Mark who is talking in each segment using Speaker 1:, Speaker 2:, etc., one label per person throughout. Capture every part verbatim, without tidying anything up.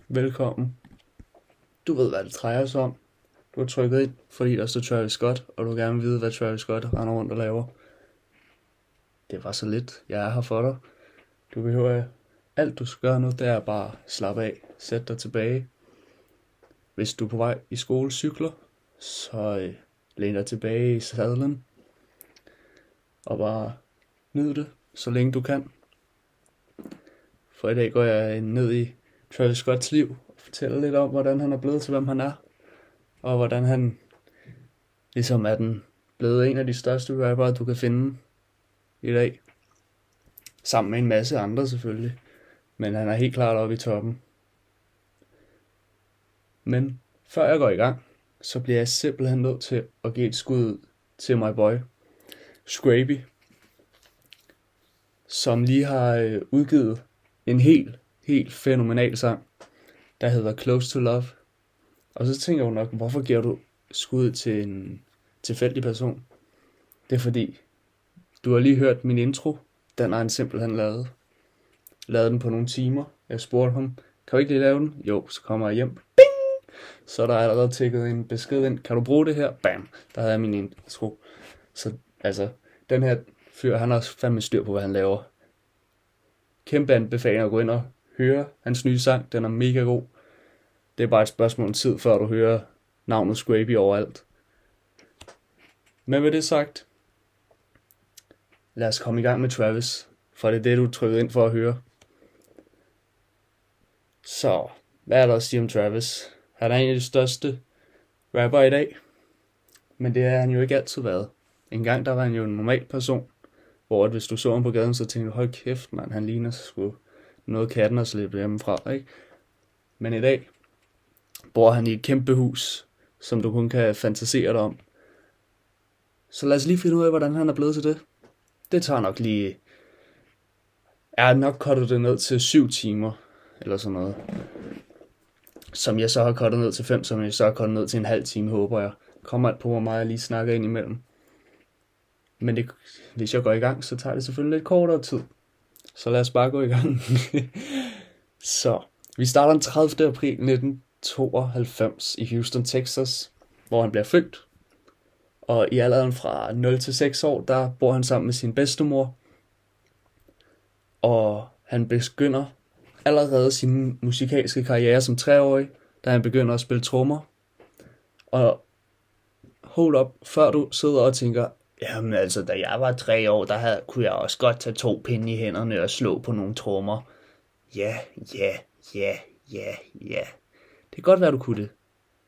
Speaker 1: Velkommen. Du ved, hvad det drejer sig om. Du har trykket ind, fordi der står Travis Scott, og du vil gerne vide, hvad Travis Scott render rundt og laver. Det var så lidt. Jeg er her for dig. Du behøver alt, du skal gøre nu, det er bare slappe af. Sæt dig tilbage. Hvis du er på vej i skole cykler, så øh, læn dig tilbage i sadlen. Og bare nyd det, så længe du kan. For i dag går jeg ned i Travis Scotts liv og fortæller lidt om, hvordan han er blevet til, hvem han er. Og hvordan han ligesom er den blevet en af de største rappere, du kan finde i dag. Sammen med en masse andre selvfølgelig. Men han er helt klart oppe i toppen. Men før jeg går i gang, så bliver jeg simpelthen nødt til at give et skud til my boy, Scraby, som lige har øh, udgivet en helt, helt fænomenal sang, der hedder Close to Love. Og så tænker jeg nok, hvorfor giver du skud til en tilfældig person? Det er fordi, du har lige hørt min intro. Den har han simpelthen lavet. Lavet den på nogle timer. Jeg spurgte ham, kan du ikke lige lave den? Jo, så kommer jeg hjem. Bing! Så der er allerede tækket en besked ind. Kan du bruge det her? Bam! Der havde jeg min intro. Så altså, den her fyr, han har også fandme styr på, hvad han laver. Kæmpe anbefaling at gå ind og høre hans nye sang. Den er mega god. Det er bare et spørgsmål om tid, før du hører navnet Scraby overalt. Men med det sagt, lad os komme i gang med Travis, for det er det, du er trykket ind for at høre. Så, hvad er der at sige om Travis? Han er en af de største rapper i dag, men det har han jo ikke altid været. En gang der var han jo en normal person, hvor at hvis du så ham på gaden, så tænkte du, hold kæft mand, han ligner sgu noget katten at slippe hjemmefra, ikke? Men i dag bor han i et kæmpe hus, som du kun kan fantasere dig om. Så lad os lige finde ud af, hvordan han er blevet til det. Det tager nok lige... Jeg har nok cuttet det ned til syv timer, eller sådan noget. Som jeg så har cuttet ned til fem, som jeg så har cuttet ned til en halv time, håber jeg. Kommer alt på, hvor meget jeg lige snakker ind imellem. Men det, hvis jeg går i gang, så tager det selvfølgelig lidt kortere tid. Så lad os bare gå i gang. Så, vi starter den tredivte april nitten tooghalvfems i Houston, Texas, hvor han bliver født. Og i alderen fra nul til seks år, der bor han sammen med sin bedstemor. Og han begynder allerede sin musikalske karriere som treårig, da han begynder at spille trommer. Og hold up, før du sidder og tænker, jamen altså, da jeg var tre år, der havde, kunne jeg også godt tage to pinde i hænderne og slå på nogle trommer. Ja, ja, ja, ja, ja. Det kan godt være, du kunne det.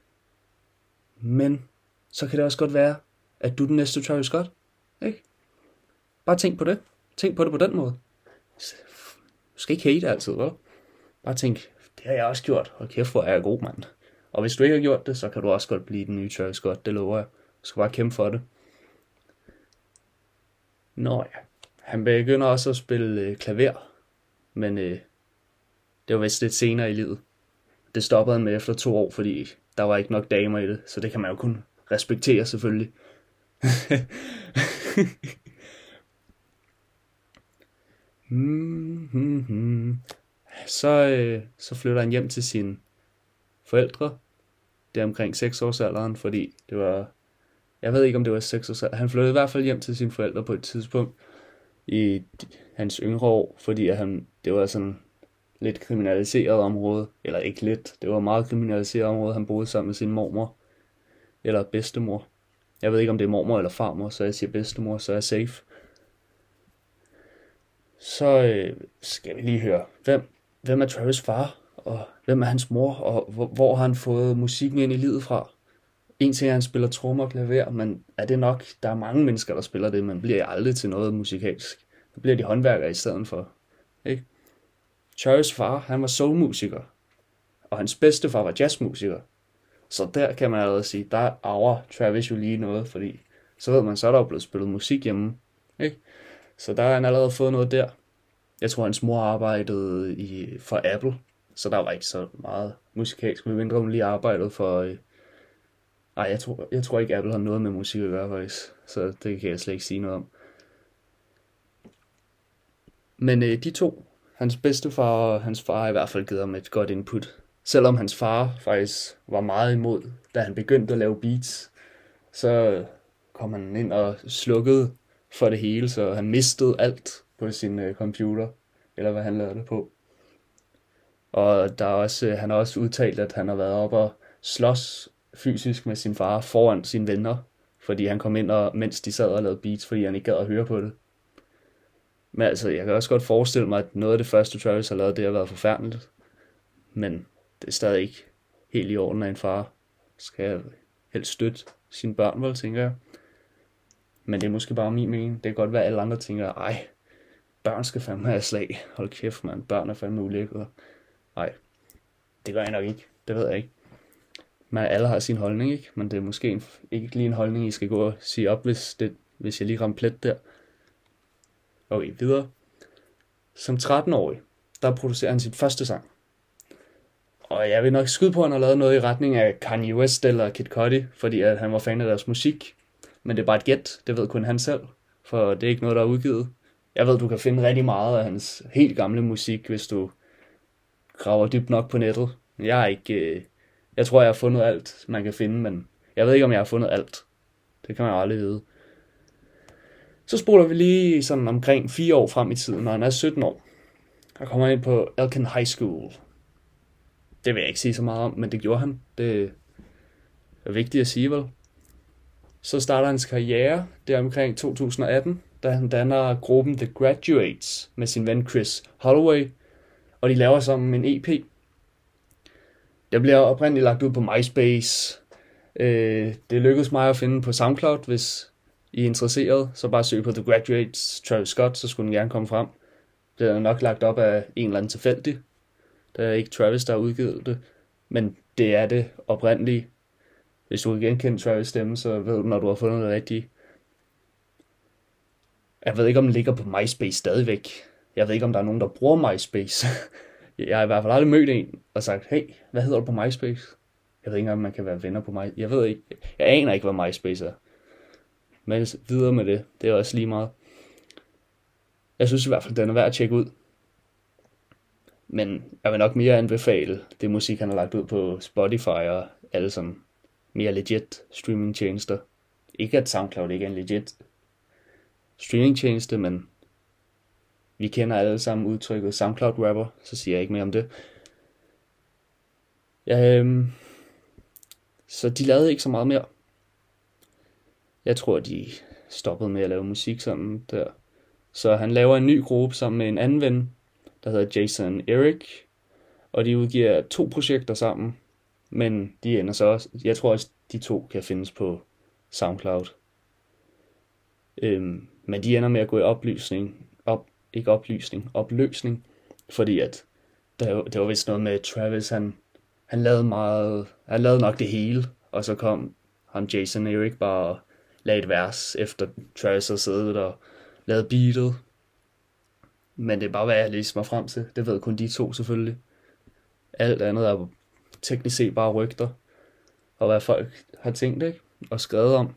Speaker 1: Men så kan det også godt være, at du er den næste Travis Scott. Ikke? Bare tænk på det. Tænk på det på den måde. Du skal ikke hate altid, vel? Bare tænk, det har jeg også gjort. Hold kæft, hvor er jeg god, mand. Og hvis du ikke har gjort det, så kan du også godt blive den nye Travis Scott. Det lover jeg. Du skal bare kæmpe for det. Nå ja. Han begynder også at spille øh, klaver. Men øh, det var vist lidt senere i livet. Det stoppede han med efter to år, fordi der var ikke nok damer i det. Så det kan man jo kun respektere selvfølgelig. mm-hmm. Så, øh, så flytter han hjem til sine forældre. Det er omkring seks års alderen, fordi det var... Jeg ved ikke, om det var seks års alderen. Han flyttede i hvert fald hjem til sine forældre på et tidspunkt i hans yngre år, fordi at han, det var sådan lidt kriminaliseret område. Eller ikke lidt, det var meget kriminaliseret område. Han boede sammen med sin mormor. Eller bedstemor. Jeg ved ikke, om det er mormor eller farmor, så jeg siger bedstemor, så er jeg safe. Så øh, skal vi lige høre, hvem, hvem er Travis' far, og hvem er hans mor, og hvor, hvor har han fået musikken ind i livet fra? En ting er, at han spiller trommer og klaver, men er det nok? Der er mange mennesker, der spiller det, men bliver aldrig til noget musikalsk. Så bliver de håndværkere i stedet for. Ikke? Travis' far, han var soulmusiker, og hans bedstefar var jazzmusiker. Så der kan man allerede sige, der arver Travis jo lige noget, fordi så ved man, så er der jo blevet spillet musik hjemme. Ikke? Så der har han allerede fået noget der. Jeg tror, hans mor arbejdede i, for Apple, så der var ikke så meget musikalsk, medmindre hun lige arbejdede for... Øh... Ej, jeg tror, jeg tror ikke, Apple har noget med musik at gøre, faktisk. Så det kan jeg slet ikke sige noget om. Men øh, de to, hans bedstefar og hans far, har i hvert fald givet ham et godt input Selvom hans far faktisk var meget imod, da han begyndte at lave beats, så kom han ind og slukkede for det hele, så han mistede alt på sin øh, computer, eller hvad han lavede det på. Og der er også, øh, han har også udtalt, at han har været oppe og slås fysisk med sin far foran sine venner, fordi han kom ind, og, mens de sad og lavede beats, fordi han ikke gad at høre på det. Men altså, jeg kan også godt forestille mig, at noget af det første Travis har lavet, det har været forfærdeligt. Men det er stadig ikke helt i orden, at en far skal helst støtte sine børn, vel, tænker jeg. Men det er måske bare min mening. Det kan godt være, at alle andre tænker, ej, børn skal fandme have slag. Hold kæft, man. Børn er fandme ulækre. Nej, det gør jeg nok ikke. Det ved jeg ikke. Men alle har sin holdning, ikke? Men det er måske en, ikke lige en holdning, I skal gå og sige op, hvis, det, hvis jeg lige rammer plet der. Okay, videre. Som tretten-årig, der producerer han sit første sang. Og jeg vil nok skyde på, at han har lavet noget i retning af Kanye West eller Kid Cudi, fordi at han var fan af deres musik. Men det er bare et gæt, det ved kun han selv, for det er ikke noget, der er udgivet. Jeg ved, du kan finde rigtig meget af hans helt gamle musik, hvis du graver dybt nok på nettet. Jeg er ikke... Øh, jeg tror, jeg har fundet alt, man kan finde, men jeg ved ikke, om jeg har fundet alt. Det kan man aldrig vide. Så spoler vi lige sådan omkring fire år frem i tiden, når han er sytten år. Der kommer han ind på Elkin High School. Det vil jeg ikke sige så meget om, men det gjorde han. Det er vigtigt at sige, vel? Så starter hans karriere der omkring to tusind og atten, da han danner gruppen The Graduates med sin ven Chris Holloway, og de laver sammen en E P. Det bliver oprindeligt lagt ud på MySpace. Det lykkedes mig at finde på SoundCloud, hvis I er interesseret. Så bare søg på The Graduates Travis Scott, så skulle den gerne komme frem. Det er nok lagt op af en eller anden tilfældig. Det er ikke Travis, der har udgivet det, men det er det oprindelige. Hvis du kan genkende Travis' stemme, så ved du, når du har fundet det rigtige. Jeg ved ikke, om den ligger på MySpace stadigvæk. Jeg ved ikke, om der er nogen, der bruger MySpace. Jeg har i hvert fald aldrig mødt en og sagt, hey, hvad hedder du på MySpace? Jeg ved ikke, om man kan være venner på MySpace. Jeg ved ikke. Jeg aner ikke, hvad MySpace er. Men videre med det. Det er også lige meget. Jeg synes i hvert fald, den er værd at tjekke ud. Men jeg vil nok mere anbefale det musik, han har lagt ud på Spotify og alle sådan mere legit streamingtjenester. Ikke at SoundCloud ikke er en legit streamingtjeneste, men vi kender alle sammen udtrykket SoundCloud-rapper, så siger jeg ikke mere om det. Ja, øhm, så de lavede ikke så meget mere. Jeg tror, de stoppede med at lave musik sådan der. Så han laver en ny gruppe sammen med en anden ven, der hedder Jason Eric, og de udgiver to projekter sammen, men de ender så også, jeg tror også, de to kan findes på SoundCloud. Øhm, men de ender med at gå i oplysning, op, ikke oplysning, opløsning, fordi at der, det var vist noget med Travis, han, han lavede meget, han lavede nok det hele, og så kom ham Jason Eric bare og lagde et vers, efter Travis havde siddet og lavet beatet. Men det er bare, hvad jeg læser mig frem til. Det ved kun de to selvfølgelig. Alt andet er teknisk set bare rygter. Og hvad folk har tænkt, ikke? Og skrevet om.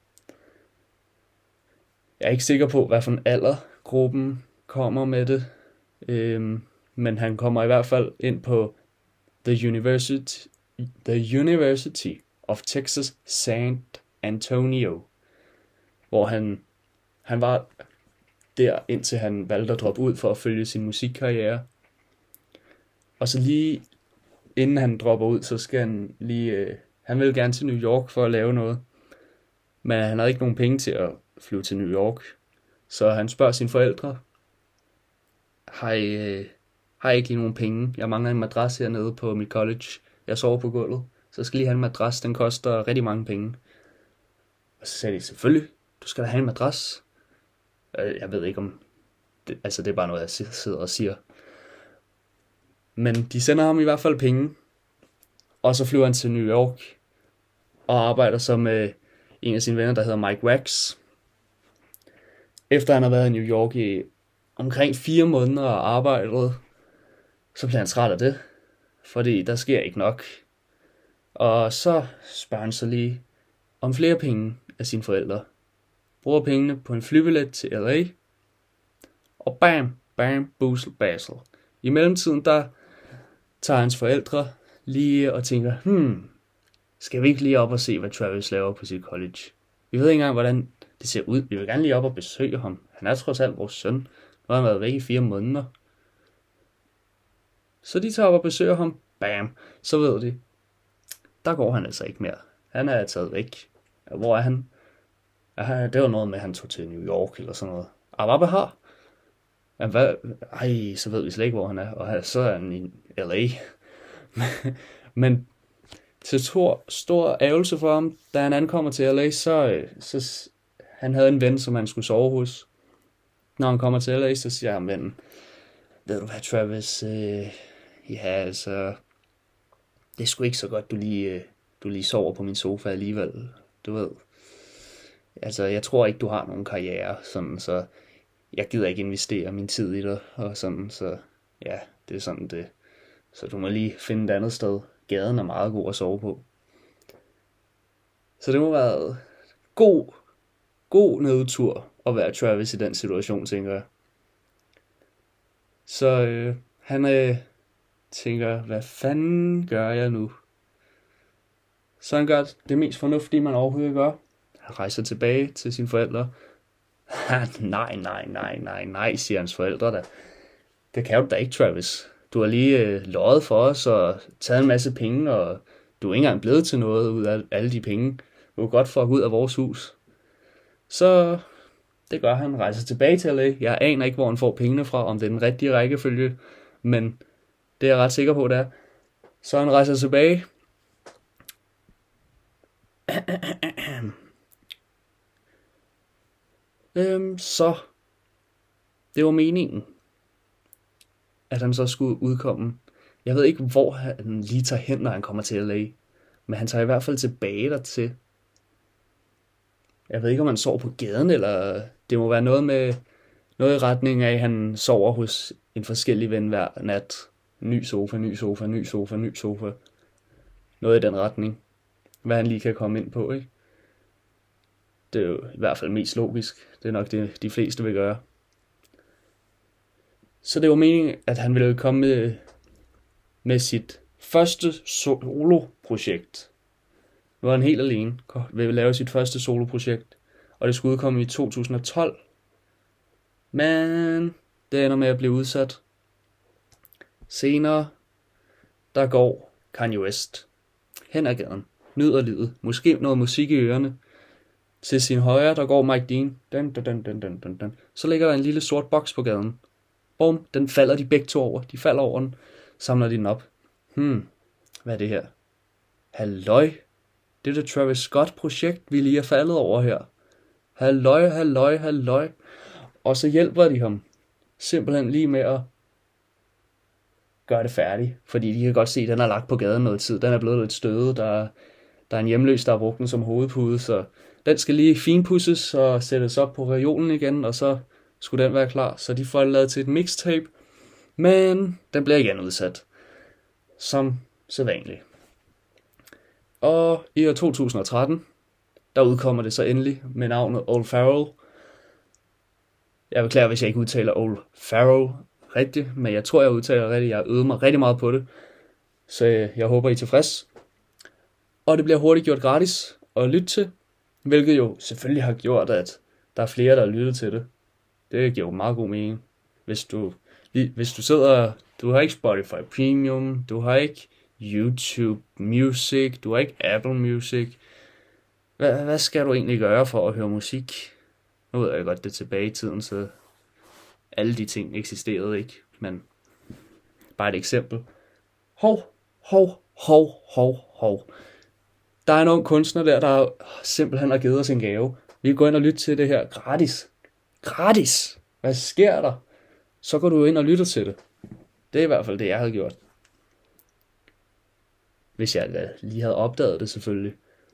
Speaker 1: Jeg er ikke sikker på, hvad for en alder gruppen kommer med det. Øhm, men han kommer i hvert fald ind på The University, The University of Texas San Antonio. Hvor han, han var der, indtil han valgte at droppe ud for at følge sin musikkarriere. Og så lige inden han dropper ud, så skal han lige... Øh, han vil gerne til New York for at lave noget. Men han havde ikke nogen penge til at flyve til New York. Så han spørger sine forældre, har I, øh, har I ikke lige nogen penge? Jeg mangler en madras hernede på mit college. Jeg sover på gulvet. Så skal lige have en madras, den koster rigtig mange penge. Og så sagde de, selvfølgelig, du skal da have en madras. Jeg ved ikke om... Det, altså det er bare noget, jeg sidder og siger. Men de sender ham i hvert fald penge. Og så flyver han til New York. Og arbejder så med en af sine venner, der hedder Mike Wax. Efter han har været i New York i omkring fire måneder og arbejdet, så bliver han træt af det. Fordi der sker ikke nok. Og så spørger han så lige om flere penge af sine forældre. Bruger pengene på en flybillet til L A. Og bam, bam, boozle bassel. I mellemtiden der tager hans forældre lige og tænker, hmm, skal vi ikke lige op og se, hvad Travis laver på sit college? Vi ved ikke engang, hvordan det ser ud. Vi vil gerne lige op og besøge ham. Han er trods alt vores søn. Nu har han været væk i fire måneder. Så de tager op og besøger ham. Bam. Så ved de, der går han altså ikke mere. Han er taget væk. Hvor er han? Ja, det var noget med, at han tog til New York eller sådan noget. Arabe har. Ja, hvad? Ej, så ved vi slet ikke, hvor han er. Og så er han i L A. Men til stor, stor ærgelse for ham, da han ankommer til L A, så, så han havde en ven, som han skulle sove hos. Når han kommer til L A, så siger han vennen, ved du hvad, Travis, øh, ja, altså, det er sgu ikke så godt, du lige, øh, du lige sover på min sofa alligevel, du ved. Altså, jeg tror ikke, du har nogen karriere, sådan, så jeg gider ikke investere min tid i dig, og sådan, så ja, det er sådan det. Så du må lige finde et andet sted. Gaden er meget god at sove på. Så det må være god, god nedtur at være Travis i den situation, tænker jeg. Så øh, han øh, tænker, hvad fanden gør jeg nu? Så han gør det mest fornuftige, man overhovedet gør. Han rejser tilbage til sine forældre. nej, nej, nej, nej, nej, siger hans forældre da. Det kan du da ikke, Travis. Du har lige øh, løjet for os og taget en masse penge, og du er ikke engang blevet til noget ud af alle de penge. Du er godt for at gå ud af vores hus. Så det gør han, rejser tilbage til L A. Jeg aner ikke, hvor han får pengene fra, om det er den rigtige rækkefølge, men det er jeg ret sikker på, det er. Så han rejser tilbage. øhm, så det var meningen, at han så skulle udkomme. Jeg ved ikke, hvor han lige tager hen, når han kommer til L A. Men han tager i hvert fald tilbage dertil. Jeg ved ikke, om han sover på gaden, eller det må være noget med noget i retning af, at han sover hos en forskellig ven hver nat. Ny sofa, ny sofa, ny sofa, ny sofa. Noget i den retning. Hvad han lige kan komme ind på, ikke? Det er jo i hvert fald mest logisk. Det er nok det, de fleste vil gøre. Så det var meningen, at han ville komme med, med sit første soloprojekt. Nu var han helt alene, ville lave sit første soloprojekt, og det skulle udkomme i to tusind og tolv. Men det ender med at blive udsat. Senere, der går Kanye West hen ad gaden, nyder livet, måske noget musik i ørerne. Til sin højre, der går Mike Dean. Dun, dun, dun, dun, dun, dun. Så ligger der en lille sort boks på gaden. Bum, den falder de begge to over. De falder over den, samler de den op. Hmm, hvad er det her? Halløj, det er det Travis Scott-projekt, vi lige er faldet over her. Halløj, halløj, halløj. Og så hjælper de ham simpelthen lige med at gøre det færdigt. Fordi de kan godt se, at den er lagt på gaden noget tid. Den er blevet lidt stødet. Der, der er en hjemløs, der har brugt den som hovedpude. Så den skal lige finpudses og sættes op på reolen igen. Og så skulle den være klar. Så de får det lavet til et mixtape. Men den bliver igen udsat. Som sædvanligt. Og i år to tusind og tretten, der udkommer det så endelig med navnet Old Pharaoh. Jeg beklager, hvis jeg ikke udtaler Old Pharaoh rigtigt, men jeg tror, jeg udtaler rigtigt. Jeg har øvet mig rigtig meget på det, så jeg håber, I er tilfreds. Og det bliver hurtigt gjort gratis at lytte til, hvilket jo selvfølgelig har gjort, at der er flere, der har lyttet til det. Det giver jo meget god mening. Hvis du, hvis du sidder, du har ikke Spotify Premium, du har ikke YouTube Music, du har ikke Apple Music. Hvad, hvad skal du egentlig gøre for at høre musik? Nu ved jeg godt, det er tilbage i tiden, så alle de ting eksisterede ikke, men bare et eksempel. Hov, hov, hov, hov, hov. Der er en ung kunstner der, der simpelthen har givet os en gave. Vi går ind og lytter til det her gratis. Gratis! Hvad sker der? Så går du ind og lytter til det. Det er i hvert fald det, jeg havde gjort. Hvis jeg lige havde opdaget det, selvfølgelig.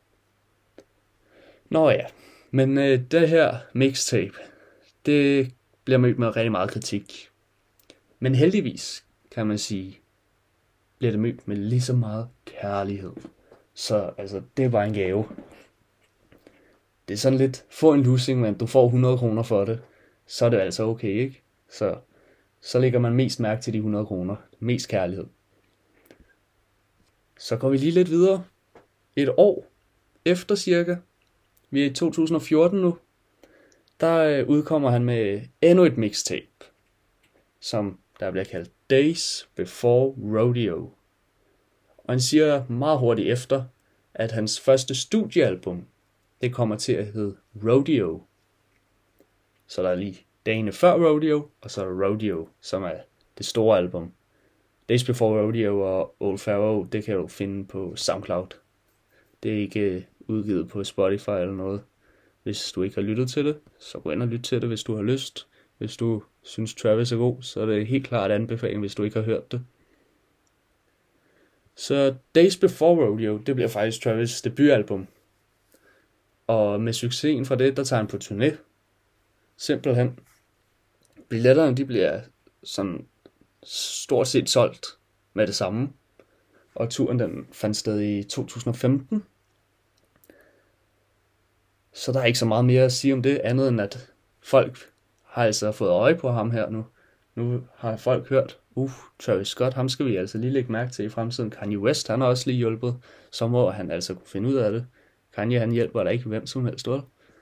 Speaker 1: Nå ja, men øh, det her mixtape, det bliver mødt med rigtig meget kritik. Men heldigvis, kan man sige, bliver det mødt med lige så meget kærlighed. Så altså, det er bare en gave. Det er sådan lidt, få en losing, men du får hundrede kroner for det, så er det altså okay, ikke? Så, så lægger man mest mærke til de hundrede kroner. Mest kærlighed. Så går vi lige lidt videre. Et år efter cirka, vi er i to tusind og fjorten nu, der øh, udkommer han med endnu et mixtape, som der bliver kaldt Days Before Rodeo. Og han siger meget hurtigt efter, at hans første studiealbum, det kommer til at hedde Rodeo. Så der er lige dagene før Rodeo, og så er der Rodeo, som er det store album. Days Before Rodeo og Old Pharaoh, det kan du finde på SoundCloud. Det er ikke udgivet på Spotify eller noget. Hvis du ikke har lyttet til det, så gå ind og lyt til det, hvis du har lyst. Hvis du synes Travis er god, så er det helt klart anbefaling, hvis du ikke har hørt det. Så Days Before Rodeo, det bliver faktisk Travis' debutalbum. Og med succesen fra det, der tager han på turné. Simpelthen. Billetterne, de bliver sådan stort set solgt med det samme. Og turen, den fandt sted i to tusind og femten. Så der er ikke så meget mere at sige om det, andet end at folk har altså fået øje på ham her nu. Nu har folk hørt, uh, Travis Scott, ham skal vi altså lige lægge mærke til i fremtiden. Kanye West, han har også lige hjulpet, så må han altså kunne finde ud af det. Kanye, han hjælper der ikke hvem som helst, vel?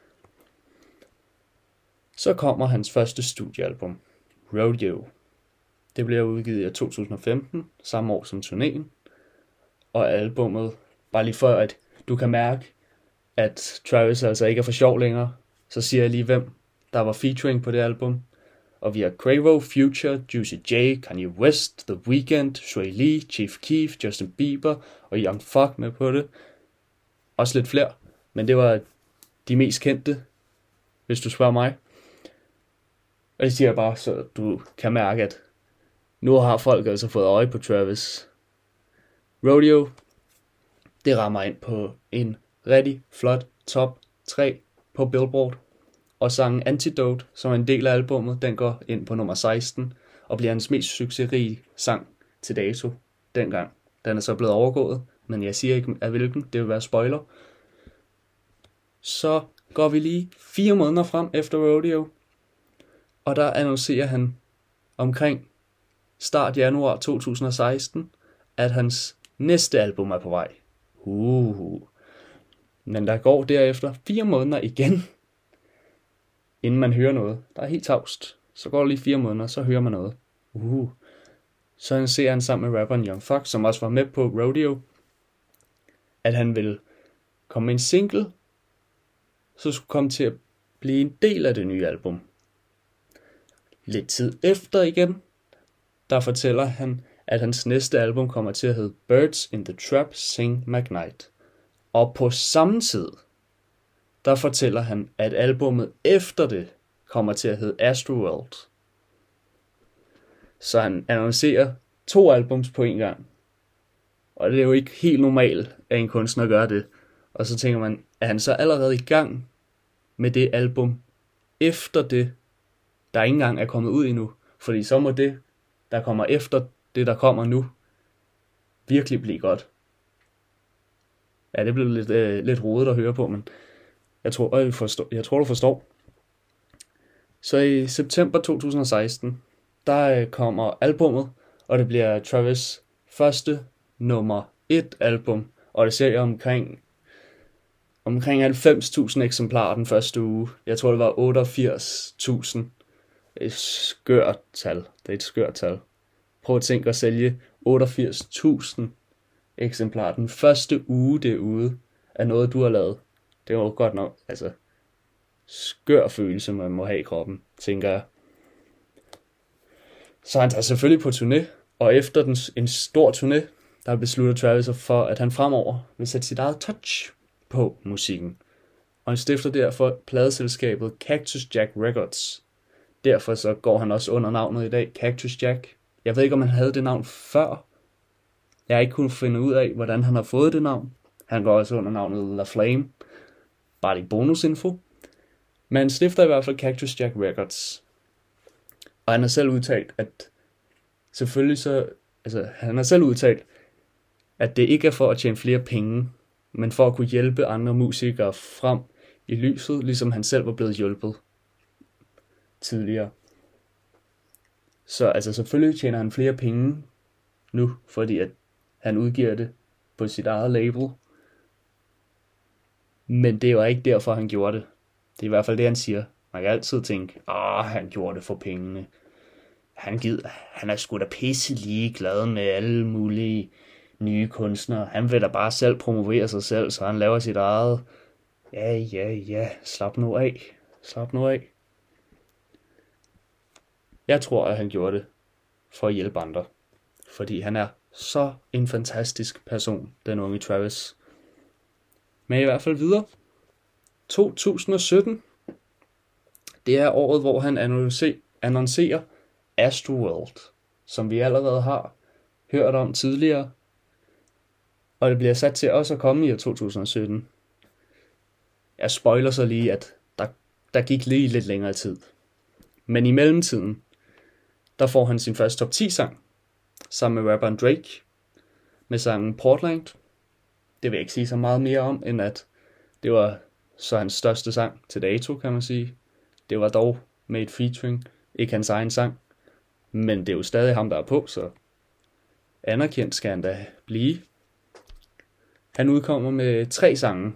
Speaker 1: Så kommer hans første studiealbum, Rodeo. Det bliver udgivet i to tusind og femten, samme år som turnéen. Og albummet, bare lige for at du kan mærke, at Travis altså ikke er for sjov længere, så siger jeg lige, hvem der var featuring på det album. Og vi har Quavo, Future, Juicy J, Kanye West, The Weeknd, Swae Lee, Chief Keef, Justin Bieber og Young Thug med på det. Også lidt flere, men det var de mest kendte, hvis du spørger mig. Og det siger jeg bare, så du kan mærke, at nu har folk altså fået øje på Travis. Rodeo, det rammer ind på en rigtig flot top tre på Billboard. Og sangen Antidote, som er en del af albummet, den går ind på nummer seksten og bliver hans mest succesrige sang til dato dengang. Den er så blevet overgået, men jeg siger ikke af hvilken, det vil være spoiler. Så går vi lige fire måneder frem efter Rodeo, og der annoncerer han omkring start januar to tusind og seksten, at hans næste album er på vej. Uh. Men der går derefter fire måneder igen, inden man hører noget. Der er helt tavst. Så går det lige fire måneder, så hører man noget. Uh. Så han ser han sammen med rapperen Young Thug, som også var med på Rodeo, at han ville komme med en single, så skulle komme til at blive en del af det nye album. Lidt tid efter igen, der fortæller han, at hans næste album kommer til at hedde Birds in the Trap Sing McKnight. Og på samme tid, der fortæller han, at albummet efter det kommer til at hedde Astroworld. Så han annoncerer to albums på en gang. Og det er jo ikke helt normalt, at en kunstner gør det. Og så tænker man, er han så allerede i gang med det album efter det, der ikke engang er kommet ud endnu? Fordi så må det, der kommer efter det, der kommer nu, virkelig blive godt. Ja, det blev lidt, øh, lidt rodet at høre på, men jeg tror, jeg, forstår, jeg tror, du forstår. Så i september to tusind og seksten, der øh, kommer albummet, og det bliver Travis' første nummer et album, og det sælger omkring, omkring halvfems tusind eksemplarer den første uge. Jeg tror, det var otteogfirs tusind. Det er et skørt tal. Det er et skørt tal. Prøv at tænke at sælge otteogfirs tusind eksemplarer den første uge derude af noget, du har lavet. Det var jo godt nok, altså, skør følelse, man må have i kroppen, tænker jeg. Så han tager selvfølgelig på turné, og efter den, en stor turné, der beslutter Travis for, at han fremover vil sætte sit eget touch på musikken. Og han stifter derfor pladeselskabet Cactus Jack Records. Derfor så går han også under navnet i dag, Cactus Jack. Jeg ved ikke, om han havde det navn før. Jeg har ikke kunnet finde ud af, hvordan han har fået det navn. Han går også under navnet La Flame. Bare lidt bonusinfo. Men han stifter i hvert fald Cactus Jack Records. Og han har selv udtalt, at selvfølgelig så, altså han har selv udtalt, at det ikke er for at tjene flere penge, men for at kunne hjælpe andre musikere frem i lyset, ligesom han selv var blevet hjulpet tidligere. Så altså selvfølgelig tjener han flere penge nu, fordi at han udgiver det på sit eget label. Men det var ikke derfor, han gjorde det. Det er i hvert fald det, han siger. Man kan altid tænke, åh, han gjorde det for pengene. Han, gider, han er sgu da pisse ligeglad med alle mulige nye kunstnere. Han vil da bare selv promovere sig selv, så han laver sit eget. Ja, ja, ja, slap nu af. Slap nu af. Jeg tror, at han gjorde det for at hjælpe andre. Fordi han er så en fantastisk person, den unge Travis. Men i hvert fald videre. to tusind og sytten. Det er året, hvor han annoncerer Astroworld, som vi allerede har hørt om tidligere. Og det bliver sat til også at komme i to tusind og sytten. Jeg spoiler så lige, at der, der gik lige lidt længere tid. Men i mellemtiden, der får han sin første top ti sang, sammen med rapperen Drake, med sangen Portland. Det vil jeg ikke sige så meget mere om, end at det var så hans største sang til dato, kan man sige. Det var dog med et featuring, ikke hans egen sang. Men det er jo stadig ham, der er på, så anerkendt skal han da blive. Han udkommer med tre sange.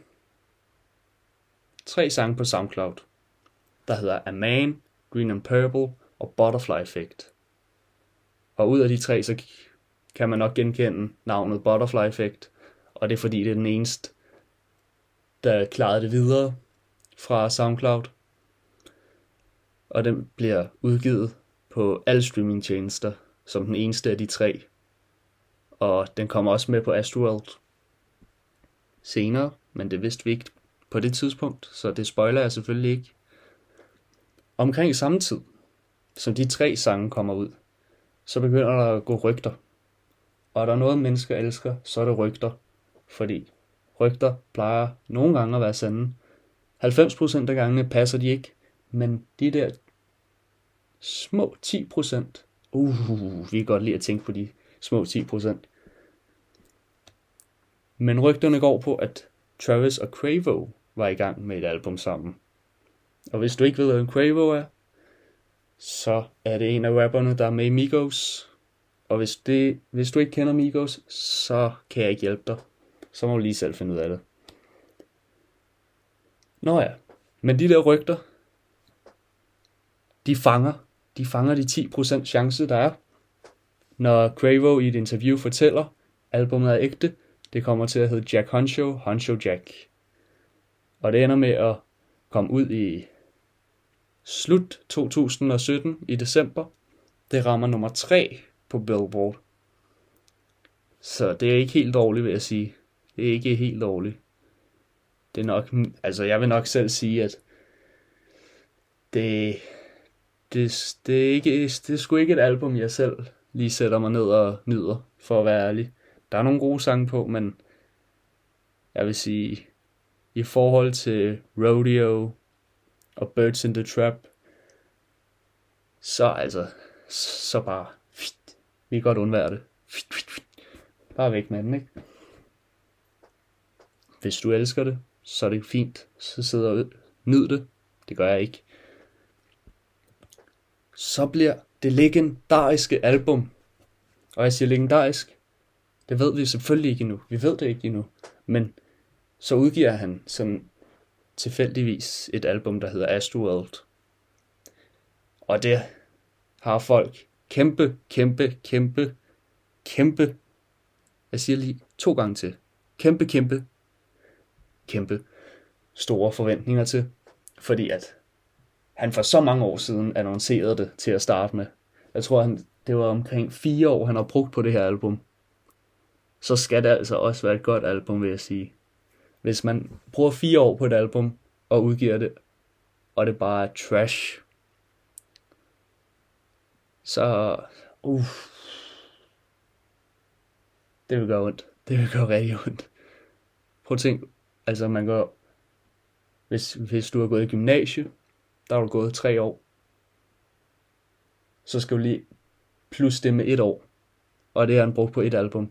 Speaker 1: Tre sange på SoundCloud, der hedder A Man, Green and Purple og Butterfly Effect. Og ud af de tre, så kan man nok genkende navnet Butterfly Effect, og det er fordi, det er den eneste, der klarede det videre fra SoundCloud. Og den bliver udgivet på alle streamingtjenester, som den eneste af de tre. Og den kommer også med på Astroworld senere, men det vidste vi ikke på det tidspunkt, så det spoiler jeg selvfølgelig ikke. Omkring samme tid, som de tre sange kommer ud, så begynder der at gå rygter. Og er der noget, mennesker elsker, så er det rygter. Fordi rygter plejer nogle gange at være sande. halvfems procent af gangene passer de ikke, men de der små ti procent, uh, vi kan godt lide at tænke på de små ti procent. Men rygterne går på, at Travis og Quavo var i gang med et album sammen. Og hvis du ikke ved, hvem Quavo er, så er det en af rapperne, der er med i Migos. Og hvis, det, hvis du ikke kender Migos, så kan jeg ikke hjælpe dig. Så må du lige selv finde ud af det. Nå ja, men de der rygter, de fanger, de fanger de ti procent chance, der er. Når Quavo i et interview fortæller, albumet er ægte, det kommer til at hedde Jack Huncho, Huncho Jack. Og det ender med at komme ud i slut to tusind og sytten i december. Det rammer nummer tre på Billboard. Så det er ikke helt dårligt, vil jeg sige. Det er ikke helt dårligt. Det er nok, altså jeg vil nok selv sige, at det, det, det, er ikke, det er sgu ikke et album, jeg selv lige sætter mig ned og nyder, for at være ærlig. Der er nogle gode sange på, men jeg vil sige, i forhold til Rodeo og Birds in the Trap, så altså, så bare, vi kan godt undvære det. Bare væk med den, ikke? Hvis du elsker det, så er det fint. Så sidder og nyd det. Det gør jeg ikke. Så bliver det legendariske album. Og jeg siger legendarisk. Det ved vi selvfølgelig ikke endnu. Vi ved det ikke endnu. Men så udgiver han sådan tilfældigvis et album, der hedder Astroworld. Og det har folk kæmpe, kæmpe, kæmpe, kæmpe. Jeg siger lige to gange til. Kæmpe, kæmpe, kæmpe store forventninger til. Fordi at han for så mange år siden annoncerede det til at starte med. Jeg tror, han, det var omkring fire år, han har brugt på det her album. Så skal det altså også være et godt album, vil jeg sige. Hvis man bruger fire år på et album og udgiver det, og det bare er trash, så uh, det vil gøre ondt. Det vil gøre rigtig ondt. Prøv at tænke, altså man går, hvis, hvis du har gået i gymnasie, der har du gået tre år, så skal du lige plus det med et år, og det er han brugt på et album.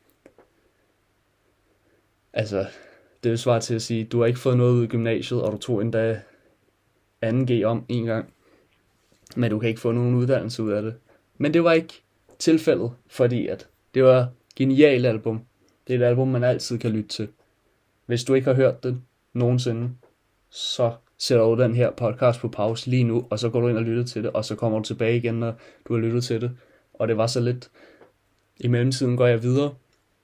Speaker 1: Altså, det vil svare til at sige, du har ikke fået noget ud i gymnasiet, og du tog endda anden G om en gang, men du kan ikke få nogen uddannelse ud af det. Men det var ikke tilfældet, fordi at det var et genialt album. Det Det er et album, man altid kan lytte til. Hvis du ikke har hørt det nogensinde, så sætter du den her podcast på pause lige nu, og så går du ind og lytter til det, og så kommer du tilbage igen, når du har lyttet til det. Og det var så lidt. I mellemtiden går jeg videre.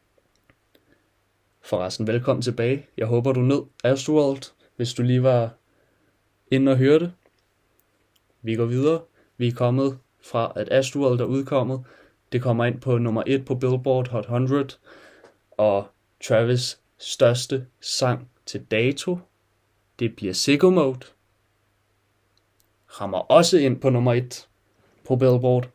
Speaker 1: Forresten, velkommen tilbage. Jeg håber, du nød Astroworld, hvis du lige var inde og høre det. Vi går videre. Vi er kommet fra, at Astroworld er udkommet. Det kommer ind på nummer et på Billboard Hot hundrede, og Travis' største sang til dato, det bliver Sicko Mode. Rammer også ind på nummer et på Billboard.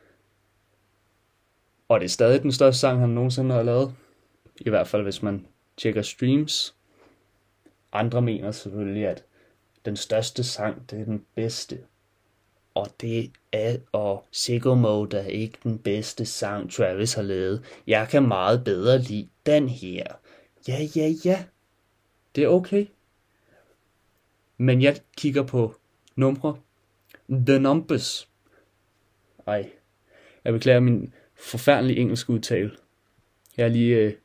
Speaker 1: Og det er stadig den største sang, han nogensinde har lavet. I hvert fald, hvis man tjekker streams. Andre mener selvfølgelig, at den største sang, det er den bedste. Og det er, og Sicko Mode er ikke den bedste sang, Travis har lavet. Jeg kan meget bedre lide den her. Ja, ja, ja. Det er okay. Men jeg kigger på numre. The Numbers. Ej. Jeg beklager min forfærdelige engelsk udtale. Jeg er lige... Øh...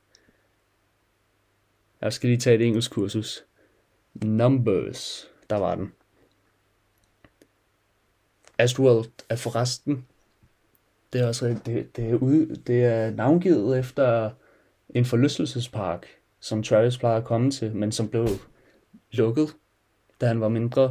Speaker 1: Jeg skal lige tage et engelsk kursus. Numbers. Der var den. Astroworld er forresten. Det er også det, det er ude, det er navngivet efter en forlystelsespark, som Travis plejer at komme til, men som blev lukket, da han var mindre.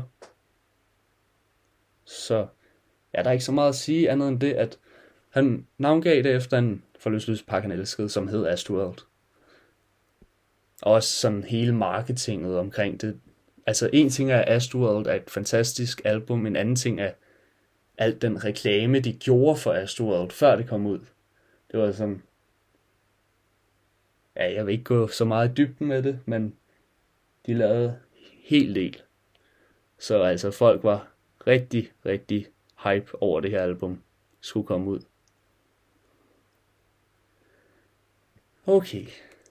Speaker 1: Så ja, der er ikke så meget at sige andet end det, at han navngav det efter en forlystelsespark, han elskede, som hed Astroworld. Og også sådan hele marketinget omkring det. Altså en ting er, Astroworld er et fantastisk album, en anden ting er alt den reklame, de gjorde for Astroworld, før det kom ud. Det var sådan... Ja, jeg vil ikke gå så meget i dybden med det, men de lavede helt del. Så altså, folk var rigtig, rigtig hype over det her album skulle komme ud. Okay.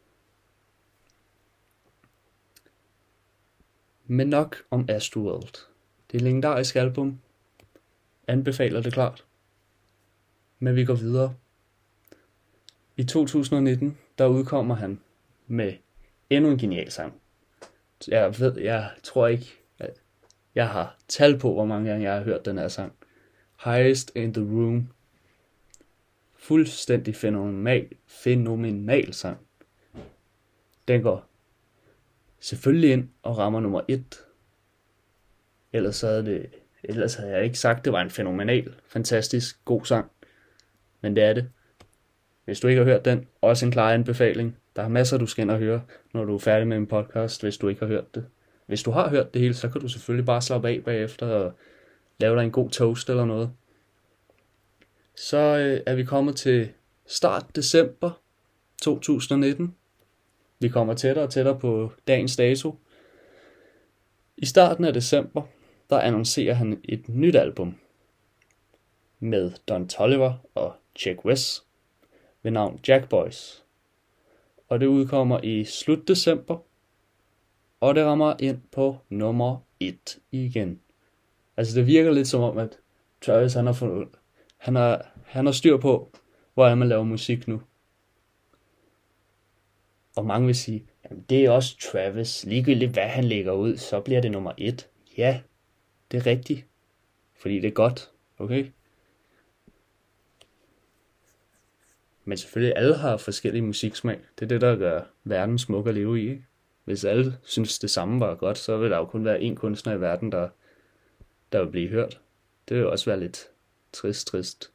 Speaker 1: Men nok om Astroworld. Det er et legendarisk album. Anbefaler det klart. Men vi går videre. I to tusind nitten, der udkommer han med endnu en genial sang. Jeg ved, jeg tror ikke, at jeg har tal på, hvor mange gange jeg har hørt den her sang. Highest in the Room. Fuldstændig fænomenal, fænomenal sang. Den går selvfølgelig ind og rammer nummer et. Ellers havde, det, ellers havde jeg ikke sagt, det var en fænomenal, fantastisk, god sang. Men det er det. Hvis du ikke har hørt den, også en klar anbefaling. Der er masser, du skal ind og høre, når du er færdig med en podcast, hvis du ikke har hørt det. Hvis du har hørt det hele, så kan du selvfølgelig bare slappe af bagefter og lave dig en god toast eller noget. Så øh, er vi kommet til start december to tusind nitten. Vi kommer tættere og tættere på dagens dato. I starten af december, der annoncerer han et nyt album med Don Toliver og Check West ved navn Jack Boys. Og det udkommer i slut december, og det rammer ind på nummer et igen. Altså det virker lidt som om, at Travis han har, fundet, han har, han har styr på, hvor man laver musik nu. Og mange vil sige, jamen det er også Travis, ligegyldigt hvad han lægger ud, så bliver det nummer et. Ja, det er rigtigt, fordi det er godt, okay? Men selvfølgelig, alle har forskellige musiksmag. Det er det, der gør verden smuk at leve i, ikke? Hvis alle synes det samme var godt, så vil der jo kun være én kunstner i verden, der, der vil blive hørt. Det vil jo også være lidt trist, trist.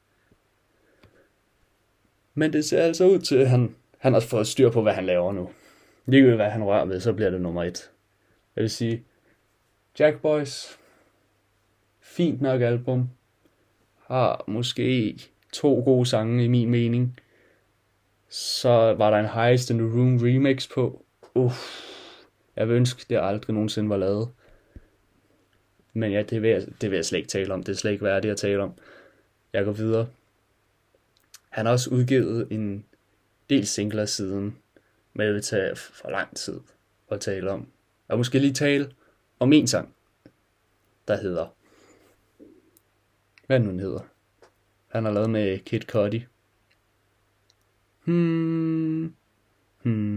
Speaker 1: Men det ser altså ud til, at han, han har fået styr på, hvad han laver nu. Ligegyldigt hvad han rører ved, så bliver det nummer et. Jeg vil sige, Jack Boys, fint nok album, har måske to gode sange i min mening. Så var der en Highest in the Room remix på. Uff, jeg vil ønske, det aldrig nogensinde var lavet. Men ja, det vil, jeg, det vil jeg slet ikke tale om. Det er slet ikke værdigt at tale om. Jeg går videre. Han har også udgivet en del singler siden, men det vil tage for lang tid at tale om. Jeg vil måske lige tale om en sang, der hedder... Hvad nu den hedder? Han har lavet med Kid Cudi. Hmm. Hmm.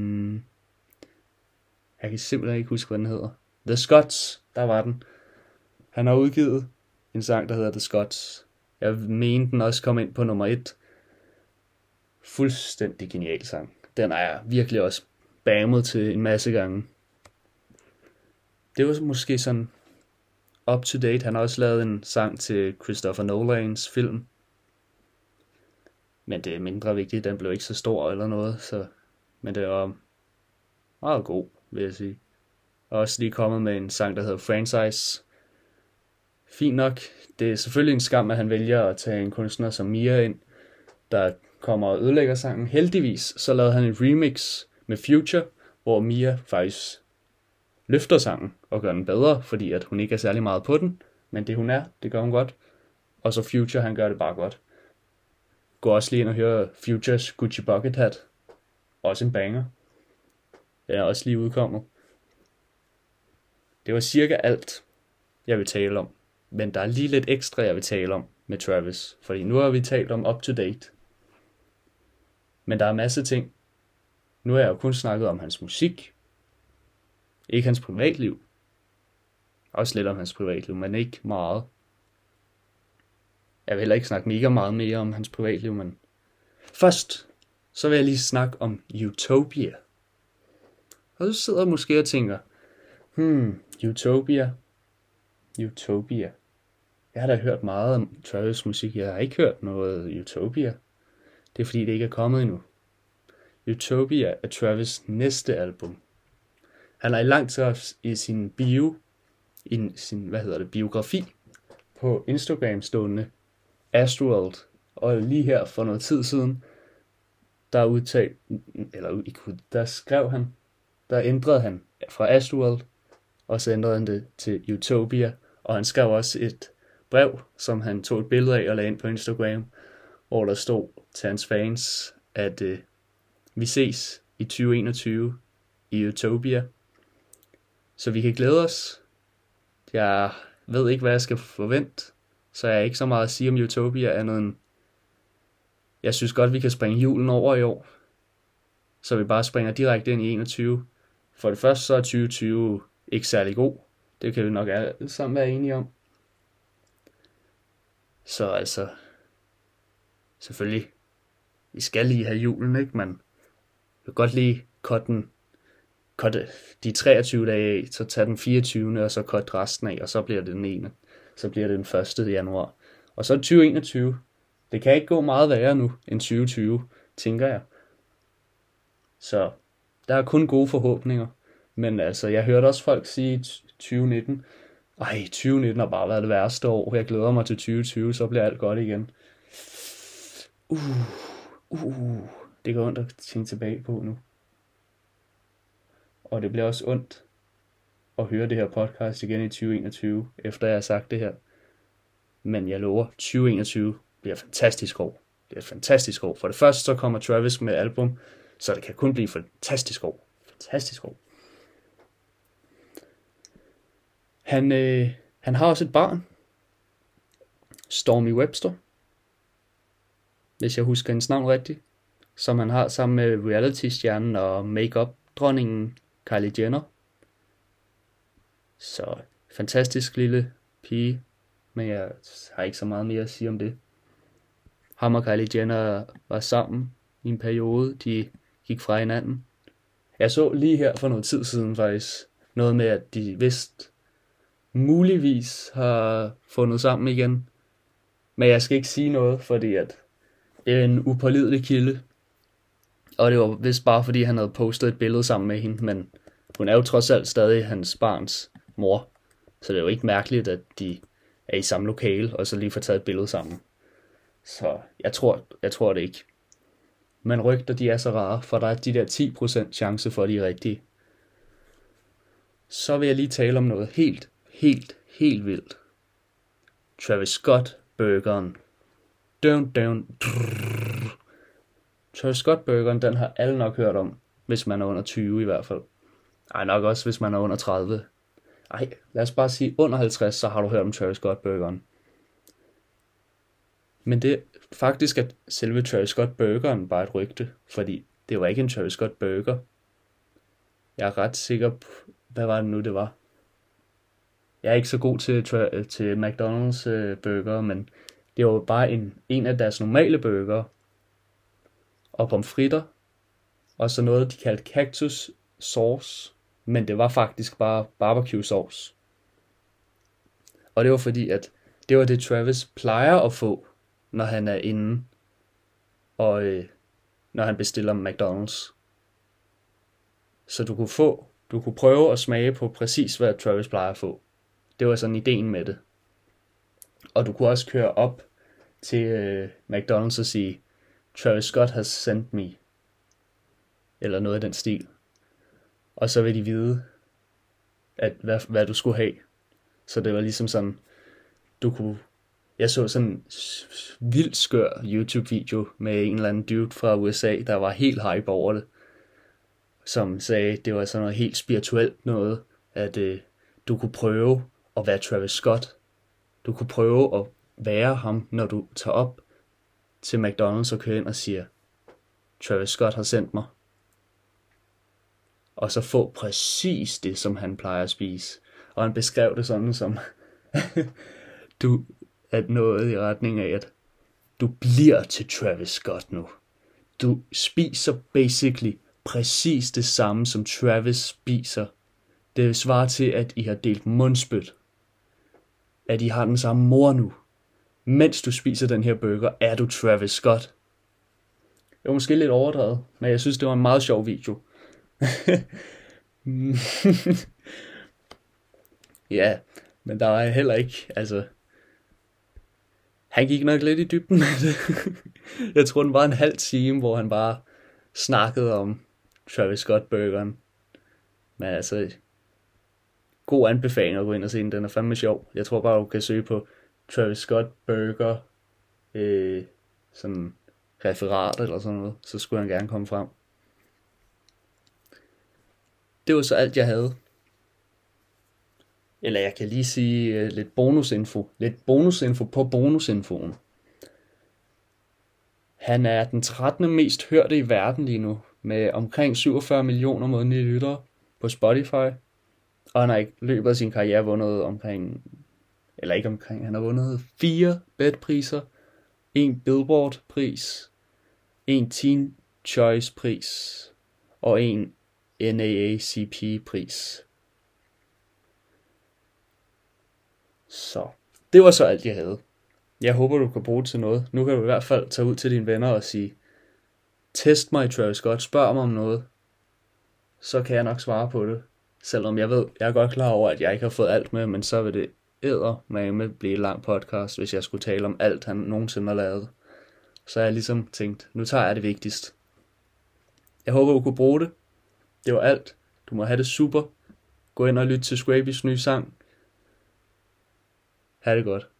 Speaker 1: kan simpelthen ikke huske, hvad den hedder. The Scots, der var den. Han har udgivet en sang, der hedder The Scots. Jeg mener, den også kom ind på nummer et. Fuldstændig genial sang. Den er jeg virkelig også bammet til en masse gange. Det var måske sådan up to date. Han har også lavet en sang til Christopher Nolans film. Men det er mindre vigtigt. Den blev ikke så stor eller noget. Så... Men det var meget god, vil jeg sige. Og også lige kommet med en sang, der hedder Franchise. Fint nok. Det er selvfølgelig en skam, at han vælger at tage en kunstner som Mia ind, der kommer og ødelægger sangen. Heldigvis så lavede han et remix med Future, hvor Mia faktisk løfter sangen og gør den bedre, fordi at hun ikke er særlig meget på den. Men det hun er, det gør hun godt. Og så Future, han gør det bare godt. Gå også lige ind og høre Futures Gucci Bucket Hat. Også en banger. Den er også lige udkommet. Det var cirka alt, jeg vil tale om. Men der er lige lidt ekstra, jeg vil tale om med Travis. Fordi nu har vi talt om up to date. Men der er masser af ting. Nu har jeg jo kun snakket om hans musik. Ikke hans privatliv. Også lidt om hans privatliv, men ikke meget. Jeg vil heller ikke snakke mega meget mere om hans privatliv, men... Først, så vil jeg lige snakke om Utopia. Og så sidder jeg måske og tænker, hmm, Utopia, Utopia. Jeg har da hørt meget om Travis musik, jeg har ikke hørt noget Utopia. Det er fordi, det ikke er kommet endnu. Utopia er Travis' næste album. Han har i lang tid i sin bio, i sin, hvad hedder det, biografi, på Instagram stående Astroworld. Og lige her for noget tid siden, der udtalt, eller ikke, der skrev han, der ændrede han fra Astroworld, og så ændrede han det til Utopia. Og han skrev også et brev, som han tog et billede af og lagde ind på Instagram, hvor der stod til hans fans, at øh, vi ses i tyve enogtyve i Utopia. Så vi kan glæde os. Jeg ved ikke, hvad jeg skal forvente, så jeg er ikke så meget at sige om Utopia andet end, jeg synes godt, vi kan springe julen over i år, så vi bare springer direkte ind i enogtyve. For det første så er tyve tyve ikke særlig god. Det kan vi nok alle sammen være enige om. Så altså, selvfølgelig, vi skal lige have julen, ikke? Men jeg vil godt lige cutte den, cutte de treogtyve dage af, så tage den fireogtyvende og så cutte resten af, og så bliver det den ene. Så bliver det den første januar. Og så tyve enogtyve. Det kan ikke gå meget værre nu end tyve tyve, tænker jeg. Så der er kun gode forhåbninger. Men altså, jeg hørte også folk sige tyve nitten. Ej, tyve nitten har bare været det værste år. Jeg glæder mig til tyve tyve, så bliver alt godt igen. Uh, uh, det går ondt at tænke tilbage på nu. Og det bliver også ondt at høre det her podcast igen i tyve enogtyve, efter jeg har sagt det her. Men jeg lover, tyve enogtyve bliver fantastisk år. Det er et fantastisk år. For det første så kommer Travis med album, så det kan kun blive fantastisk år. Fantastisk år. Han, øh, han har også et barn. Stormy Webster. Hvis jeg husker hendes navn rigtigt. Som han har sammen med reality-stjernen og make-up-dronningen Kylie Jenner. Så fantastisk lille pige. Men jeg har ikke så meget mere at sige om det. Ham og Kylie Jenner var sammen i en periode. De gik fra hinanden. Jeg så lige her for noget tid siden faktisk noget med, at de vist muligvis har fundet sammen igen. Men jeg skal ikke sige noget, fordi at det er en upålidelig kilde. Og det var vist bare fordi han havde postet et billede sammen med hende. Men hun er jo trods alt stadig hans barns mor. Så det er jo ikke mærkeligt, at de er i samme lokale og så lige får taget et billede sammen. Så jeg tror, jeg tror det ikke. Men rygter, de er så rare, for der er de der ti procent chance for, at de er rigtige. Så vil jeg lige tale om noget helt, helt, helt vildt. Travis Scott burgeren. Down, down. Drrr. Travis Scott burgeren, den har alle nok hørt om, hvis man er under tyve i hvert fald. Ej, nok også, hvis man er under tredive. Ej, lad os bare sige under halvtreds, så har du hørt om Travis Scott burgeren. Men det er faktisk, at selve Travis Scott burgeren bare et rygte, fordi det var ikke en Travis Scott burger. Jeg er ret sikker på, hvad var det nu, det var? Jeg er ikke så god til, til McDonald's øh, burger, men det var bare en, en af deres normale burger. Og pomfritter. Og så noget, de kaldte cactus sauce. Men det var faktisk bare barbecue sauce. Og det var fordi, at det var det, Travis plejer at få, når han er inde, og øh, når han bestiller McDonald's. Så du kunne få, du kunne prøve at smage på præcis, hvad Travis plejer at få. Det var sådan ideen med det. Og du kunne også køre op til øh, McDonald's og sige, Travis Scott has sent me. Eller noget af den stil. Og så vil de vide, at, hvad, hvad du skulle have. Så det var ligesom sådan, du kunne... Jeg så sådan en vildt skør YouTube-video med en eller anden dude fra U S A, der var helt hype over det. Som sagde, det var sådan noget helt spirituelt noget, at øh, du kunne prøve at være Travis Scott. Du kunne prøve at være ham, når du tager op til McDonald's og kører ind og siger, Travis Scott har sendt mig. Og så få præcis det, som han plejer at spise. Og han beskrev det sådan som, du at noget i retning af, at du bliver til Travis Scott nu. Du spiser basically præcis det samme, som Travis spiser. Det svarer til, at I har delt mundspyt. At I har den samme mor nu. Mens du spiser den her burger, er du Travis Scott. Det var måske lidt overdrevet, men jeg synes, det var en meget sjov video. Ja, men der er heller ikke, altså... Han gik nok lidt i dybden med det. Jeg tror, den var en halv time, hvor han bare snakkede om Travis Scott-burgeren. Men altså, god anbefaling at gå ind og se den. Den er fandme sjov. Jeg tror bare, du kan søge på Travis Scott-burger, øh, sådan referat eller sådan noget. Så skulle han gerne komme frem. Det var så alt, jeg havde. Eller jeg kan lige sige uh, lidt bonusinfo. Lidt bonusinfo på bonusinfoen. Han er den trettende mest hørte i verden lige nu. Med omkring syvogfyrre millioner månedlige lyttere på Spotify. Og han har i løbet af sin karriere vundet omkring... Eller ikke omkring, han har vundet fire bedpriser. En Billboard-pris. En Teen Choice-pris. Og en N A A C P-pris. Så, det var så alt, jeg havde. Jeg håber, du kan bruge det til noget. Nu kan du i hvert fald tage ud til dine venner og sige, test mig, Travis Scott, spørg mig om noget. Så kan jeg nok svare på det. Selvom jeg ved, jeg er godt klar over, at jeg ikke har fået alt med, men så vil det eddermame blive en lang podcast, hvis jeg skulle tale om alt, han nogensinde har lavet. Så jeg ligesom tænkt, nu tager jeg det vigtigst. Jeg håber, du kunne bruge det. Det var alt. Du må have det super. Gå ind og lyt til Scrapys nye sang. Ha' det godt.